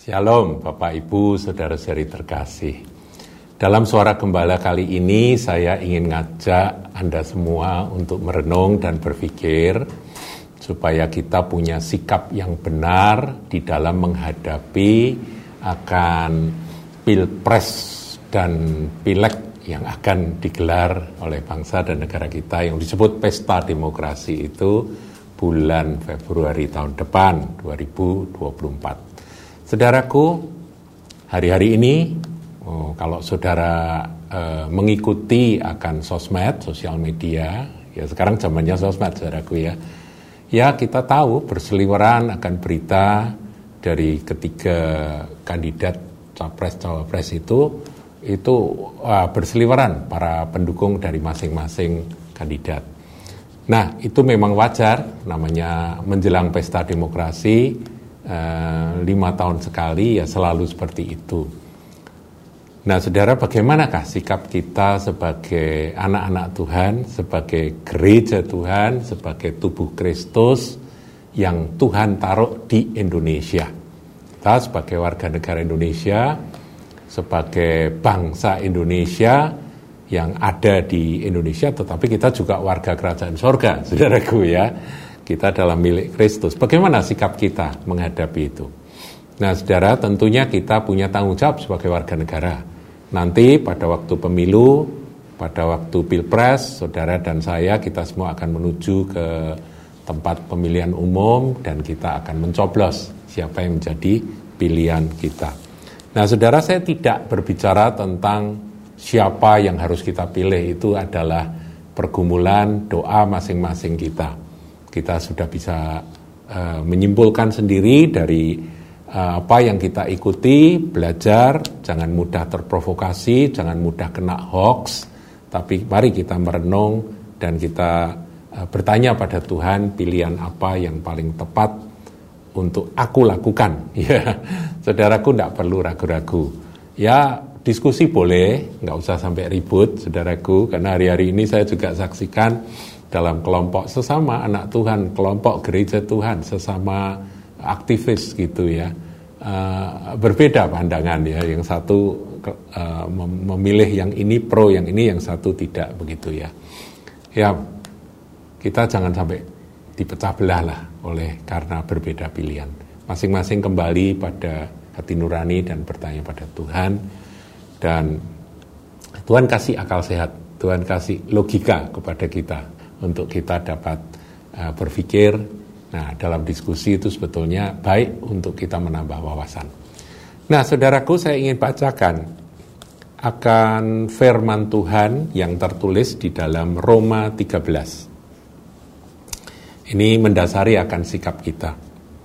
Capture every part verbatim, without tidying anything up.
Shalom Bapak Ibu, Saudara-saudari terkasih. Dalam Suara Gembala kali ini saya ingin ngajak Anda semua untuk merenung dan berpikir supaya kita punya sikap yang benar di dalam menghadapi akan Pilpres dan Pileg yang akan digelar oleh bangsa dan negara kita yang disebut Pesta Demokrasi itu bulan Februari tahun depan dua ribu dua puluh empat. Saudaraku, hari-hari ini oh, kalau saudara eh, mengikuti akan sosmed, sosial media, ya sekarang zamannya sosmed, saudaraku ya. Ya kita tahu berseliweran akan berita dari ketiga kandidat capres-cawapres itu, itu uh, berseliweran para pendukung dari masing-masing kandidat. Nah itu memang wajar, namanya menjelang pesta demokrasi, Uh, lima tahun sekali ya selalu seperti itu. Nah saudara, bagaimanakah sikap kita sebagai anak-anak Tuhan, sebagai gereja Tuhan, sebagai tubuh Kristus yang Tuhan taruh di Indonesia? Kita sebagai warga negara Indonesia, sebagai bangsa Indonesia yang ada di Indonesia, tetapi kita juga warga kerajaan sorga, saudaraku ya. Kita dalam milik Kristus. Bagaimana sikap kita menghadapi itu? Nah, saudara, tentunya kita punya tanggung jawab sebagai warga negara. Nanti pada waktu pemilu, pada waktu Pilpres, saudara dan saya, kita semua akan menuju ke tempat pemilihan umum dan kita akan mencoblos siapa yang menjadi pilihan kita. Nah, saudara, saya tidak berbicara tentang siapa yang harus kita pilih. Itu adalah pergumulan doa masing-masing kita. Kita sudah bisa uh, menyimpulkan sendiri dari uh, apa yang kita ikuti, belajar, jangan mudah terprovokasi, jangan mudah kena hoax, tapi mari kita merenung dan kita uh, bertanya pada Tuhan pilihan apa yang paling tepat untuk aku lakukan. Ya, saudaraku tidak perlu ragu-ragu. Ya, diskusi boleh, nggak usah sampai ribut, saudaraku, karena hari-hari ini saya juga saksikan dalam kelompok sesama anak Tuhan, kelompok gereja Tuhan, sesama aktivis gitu ya, uh, berbeda pandangan ya, yang satu uh, memilih yang ini pro, yang ini yang satu tidak begitu ya. Ya kita jangan sampai dipecah belah lah oleh karena berbeda pilihan. Masing-masing kembali pada hati nurani dan bertanya pada Tuhan, dan Tuhan kasih akal sehat, Tuhan kasih logika kepada kita untuk kita dapat uh, berpikir. Nah, dalam diskusi itu sebetulnya baik untuk kita menambah wawasan. Nah, saudaraku, saya ingin bacakan akan firman Tuhan yang tertulis di dalam Roma tiga belas. Ini mendasari akan sikap kita.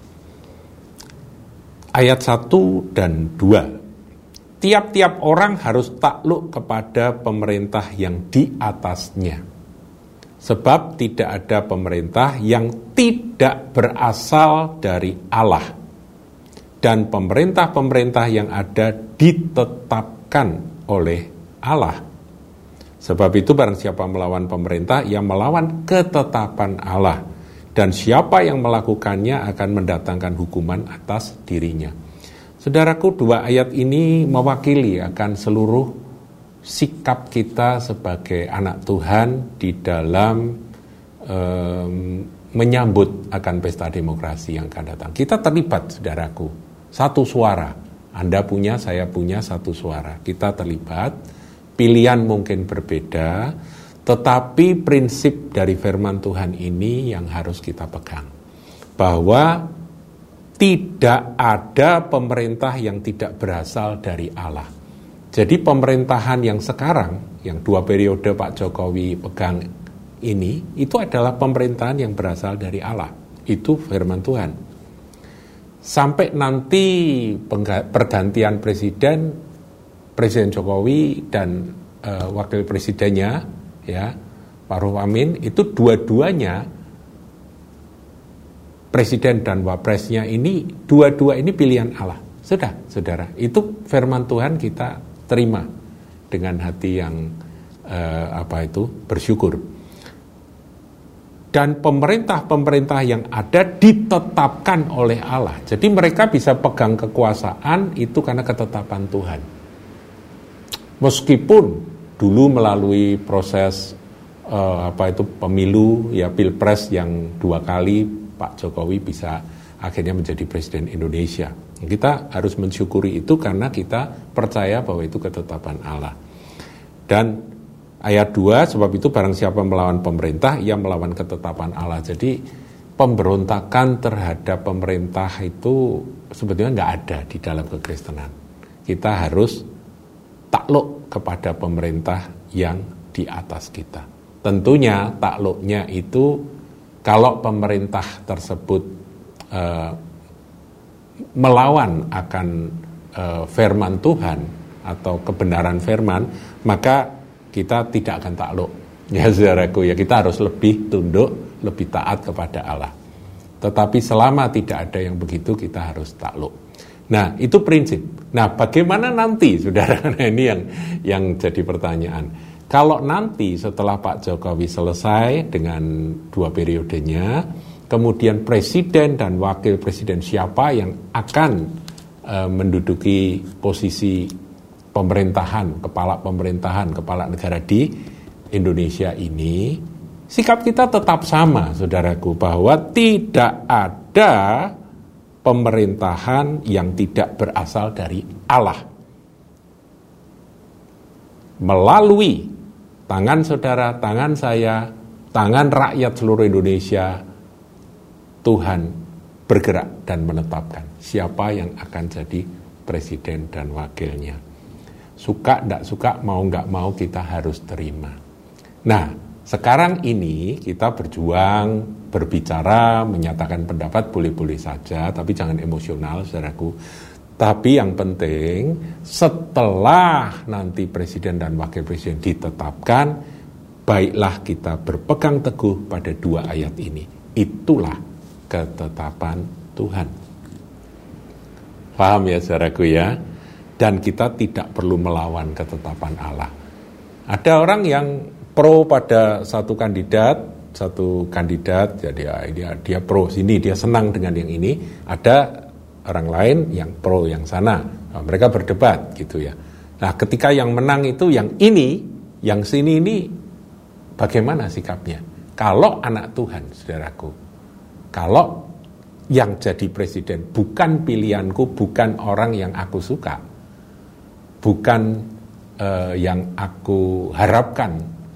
Ayat satu dan dua. Tiap-tiap orang harus takluk kepada pemerintah yang di atasnya. Sebab tidak ada pemerintah yang tidak berasal dari Allah. Dan pemerintah-pemerintah yang ada ditetapkan oleh Allah. Sebab itu barang siapa melawan pemerintah, ia melawan ketetapan Allah. Dan siapa yang melakukannya akan mendatangkan hukuman atas dirinya. Saudaraku, dua ayat ini mewakili akan seluruh sikap kita sebagai anak Tuhan di dalam um, menyambut akan pesta demokrasi yang akan datang. Kita terlibat, saudaraku, satu suara. Anda punya, saya punya satu suara. Kita terlibat, pilihan mungkin berbeda, tetapi prinsip dari firman Tuhan ini yang harus kita pegang. Bahwa tidak ada pemerintah yang tidak berasal dari Allah. Jadi pemerintahan yang sekarang, yang dua periode Pak Jokowi pegang ini, itu adalah pemerintahan yang berasal dari Allah. Itu firman Tuhan. Sampai nanti pergantian presiden, Presiden Jokowi dan uh, wakil presidennya, ya, Pak Ruf Amin, itu dua-duanya, presiden dan wapresnya ini, dua-dua ini pilihan Allah. Sudah, saudara, itu firman Tuhan kita terima dengan hati yang uh, apa itu bersyukur. dan pemerintah-pemerintah yang ada ditetapkan oleh Allah. Jadi mereka bisa pegang kekuasaan itu karena ketetapan Tuhan. Meskipun dulu melalui proses uh, apa itu pemilu ya pilpres yang dua kali Pak Jokowi bisa akhirnya menjadi presiden Indonesia. Kita harus mensyukuri itu karena kita percaya bahwa itu ketetapan Allah. Dan ayat dua, sebab itu barang siapa melawan pemerintah, ia melawan ketetapan Allah. Jadi pemberontakan terhadap pemerintah itu sebetulnya nggak ada di dalam kekristenan. Kita harus takluk kepada pemerintah yang di atas kita. Tentunya takluknya itu kalau pemerintah tersebut uh, melawan akan uh, firman Tuhan atau kebenaran firman, maka kita tidak akan takluk. Ya saudaraku, ya kita harus lebih tunduk, lebih taat kepada Allah. Tetapi selama tidak ada yang begitu, kita harus takluk. Nah, itu prinsip. Nah, bagaimana nanti, saudara? Nah, ini yang yang jadi pertanyaan. Kalau nanti setelah Pak Jokowi selesai dengan dua periodenya, kemudian presiden dan wakil presiden siapa yang akan uh, menduduki posisi pemerintahan, kepala pemerintahan, kepala negara di Indonesia ini, sikap kita tetap sama, saudaraku, bahwa tidak ada pemerintahan yang tidak berasal dari Allah. Melalui tangan saudara, tangan saya, tangan rakyat seluruh Indonesia, Tuhan bergerak dan menetapkan siapa yang akan jadi presiden dan wakilnya. Suka tidak suka, mau nggak mau kita harus terima. Nah, sekarang ini kita berjuang, berbicara, menyatakan pendapat boleh-boleh saja, tapi jangan emosional, saudaraku. Tapi yang penting, setelah nanti presiden dan wakil presiden ditetapkan, baiklah kita berpegang teguh pada dua ayat ini. Itulah ketetapan Tuhan. Paham ya, saudaraku ya? Dan kita tidak perlu melawan ketetapan Allah. Ada orang yang pro pada satu kandidat, satu kandidat, jadi dia, dia pro sini, dia senang dengan yang ini. Ada orang lain yang pro yang sana. Nah, mereka berdebat gitu ya. Nah, ketika yang menang itu yang ini, yang sini ini, bagaimana sikapnya? Kalau anak Tuhan, saudaraku, kalau yang jadi presiden bukan pilihanku, bukan orang yang aku suka, bukan uh, yang aku harapkan,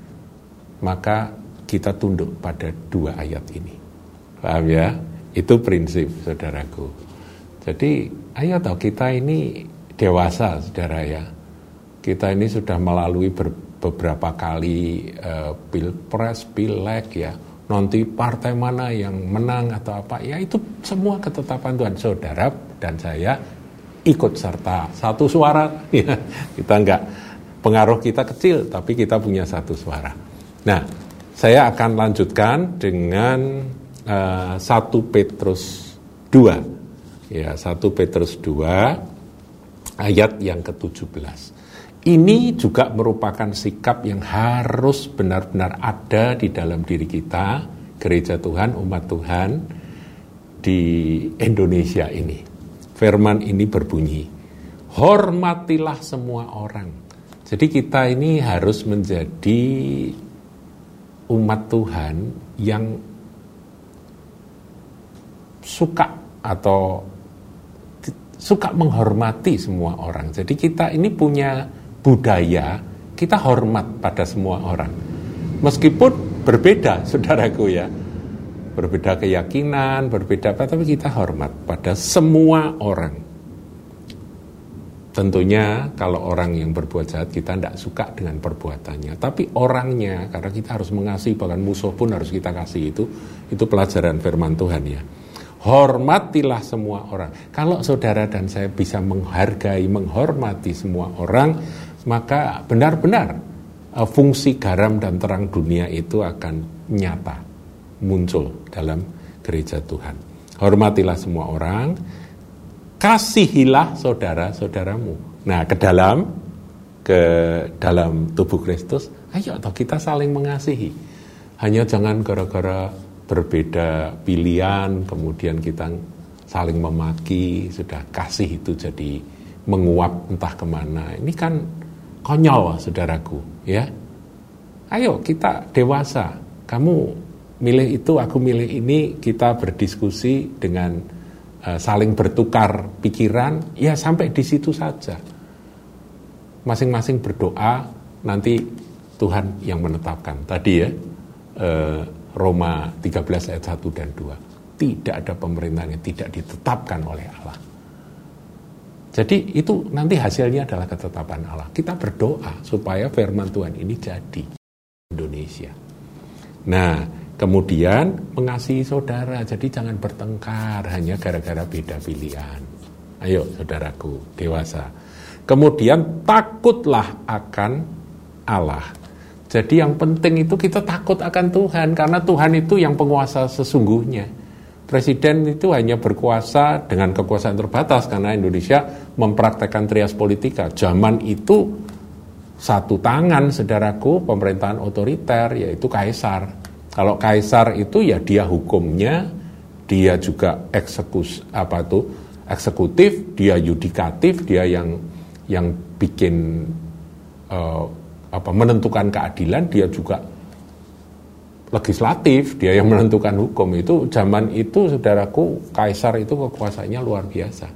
maka kita tunduk pada dua ayat ini. Paham ya? Itu prinsip, saudaraku. Jadi, ayo toh kita ini dewasa, saudara ya. Kita ini sudah melalui ber, beberapa kali uh, pilpres, pileg ya. Nanti partai mana yang menang atau apa, ya itu semua ketetapan Tuhan. Saudara dan saya ikut serta satu suara, ya. Kita enggak, pengaruh kita kecil, tapi kita punya satu suara. Nah, saya akan lanjutkan dengan uh, satu Petrus dua, ya satu Petrus dua ayat yang ketujuh belas. Ini juga merupakan sikap yang harus benar-benar ada di dalam diri kita, gereja Tuhan, umat Tuhan di Indonesia ini. Firman ini berbunyi, hormatilah semua orang. Jadi kita ini harus menjadi umat Tuhan yang suka atau suka menghormati semua orang. Jadi kita ini punya budaya, kita hormat pada semua orang. Meskipun berbeda, saudaraku ya. Berbeda keyakinan, berbeda apa, tapi kita hormat pada semua orang. Tentunya kalau orang yang berbuat jahat, kita tidak suka dengan perbuatannya. Tapi orangnya, karena kita harus mengasihi, bahkan musuh pun harus kita kasih, itu itu pelajaran firman Tuhan ya. Hormatilah semua orang. Kalau saudara dan saya bisa menghargai, menghormati semua orang, maka benar-benar uh, fungsi garam dan terang dunia itu akan nyata, muncul dalam gereja Tuhan. Hormatilah semua orang, kasihilah saudara-saudaramu. Nah, ke dalam ke dalam tubuh Kristus, ayo atau kita saling mengasihi. Hanya jangan gara-gara berbeda pilihan, kemudian kita saling memaki, sudah kasih itu jadi menguap entah kemana. Ini kan konyol, saudaraku, ya. Ayo kita dewasa, kamu milih itu, aku milih ini, kita berdiskusi dengan uh, saling bertukar pikiran, ya sampai di situ saja. Masing-masing berdoa, nanti Tuhan yang menetapkan. Tadi ya, uh, Roma tiga belas ayat satu dan dua. Tidak ada pemerintahan yang tidak ditetapkan oleh Allah. Jadi itu nanti hasilnya adalah ketetapan Allah. Kita berdoa supaya firman Tuhan ini jadi Indonesia. Nah, kemudian mengasihi saudara. Jadi jangan bertengkar hanya gara-gara beda pilihan. Ayo saudaraku, dewasa. Kemudian takutlah akan Allah. Jadi yang penting itu kita takut akan Tuhan, karena Tuhan itu yang penguasa sesungguhnya. Presiden itu hanya berkuasa dengan kekuasaan terbatas karena Indonesia mempraktekkan trias politika. Zaman itu satu tangan, saudaraku, pemerintahan otoriter, yaitu kaisar. Kalau kaisar itu ya dia hukumnya, dia juga eksekus apa itu eksekutif, dia yudikatif, dia yang yang bikin uh, apa menentukan keadilan, dia juga legislatif, dia yang menentukan hukum. Itu zaman itu, saudaraku, kaisar itu kekuasaannya luar biasa.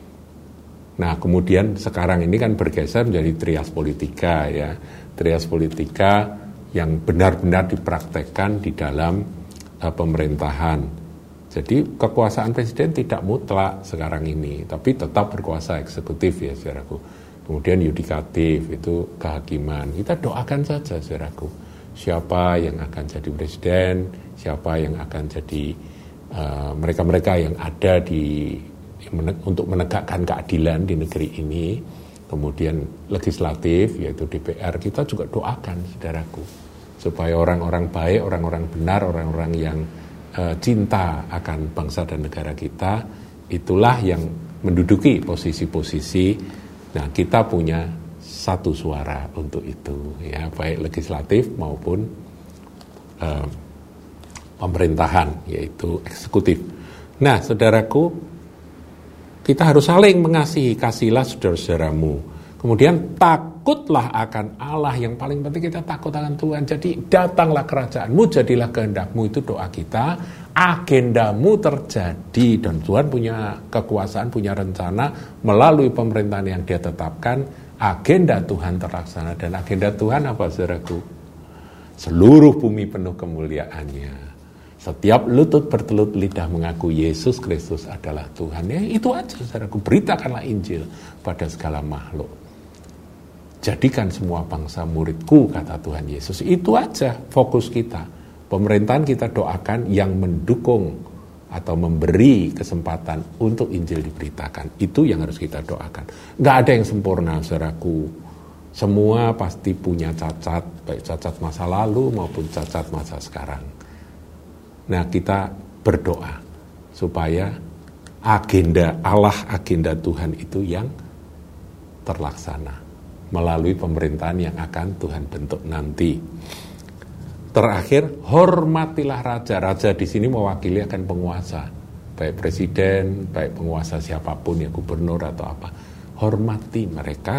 Nah, kemudian sekarang ini kan bergeser menjadi trias politika, ya. Trias politika yang benar-benar dipraktekkan di dalam uh, pemerintahan. Jadi kekuasaan presiden tidak mutlak sekarang ini, tapi tetap berkuasa eksekutif, ya, saudaraku. Kemudian yudikatif, itu kehakiman. Kita doakan saja, saudaraku, siapa yang akan jadi presiden, siapa yang akan jadi uh, mereka-mereka yang ada di untuk menegakkan keadilan di negeri ini. Kemudian legislatif, yaitu D P R, kita juga doakan, saudaraku, supaya orang-orang baik, orang-orang benar, orang-orang yang uh, cinta akan bangsa dan negara kita, itulah yang menduduki posisi-posisi. Nah, kita punya satu suara untuk itu, ya, baik legislatif maupun uh, pemerintahan, yaitu eksekutif. Nah, saudaraku, kita harus saling mengasihi, kasihlah saudara-saudaramu. Kemudian takutlah akan Allah, yang paling penting kita takut akan Tuhan. Jadi datanglah kerajaanmu, jadilah kehendakmu, itu doa kita. Agendamu terjadi, dan Tuhan punya kekuasaan, punya rencana melalui pemerintahan yang dia tetapkan. Agenda Tuhan terlaksana, dan agenda Tuhan apa, saudaraku? Seluruh bumi penuh kemuliaannya. Setiap lutut bertelut lidah mengaku Yesus Kristus adalah Tuhan. Ya, itu aja, saudaraku. Beritakanlah Injil pada segala makhluk. Jadikan semua bangsa muridku, kata Tuhan Yesus. Itu aja fokus kita. Pemerintahan kita doakan yang mendukung atau memberi kesempatan untuk Injil diberitakan. Itu yang harus kita doakan. Nggak ada yang sempurna, saudaraku. Semua pasti punya cacat, baik cacat masa lalu maupun cacat masa sekarang. Nah, kita berdoa supaya agenda Allah, agenda Tuhan itu yang terlaksana melalui pemerintahan yang akan Tuhan bentuk nanti. Terakhir, hormatilah raja. Raja di sini mewakili akan penguasa, baik presiden, baik penguasa siapapun, ya, gubernur atau apa. Hormati mereka,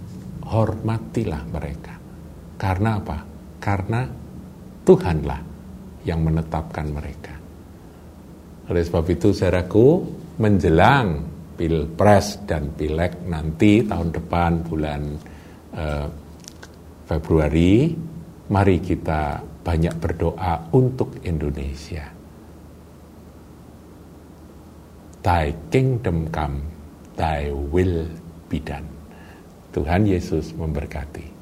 hormatilah mereka. Karena apa? Karena Tuhanlah yang menetapkan mereka. Oleh sebab itu, saudaraku, menjelang Pilpres dan Pileg nanti tahun depan bulan eh, Februari, mari kita banyak berdoa untuk Indonesia. Thy kingdom come, thy will be done. Tuhan Yesus memberkati.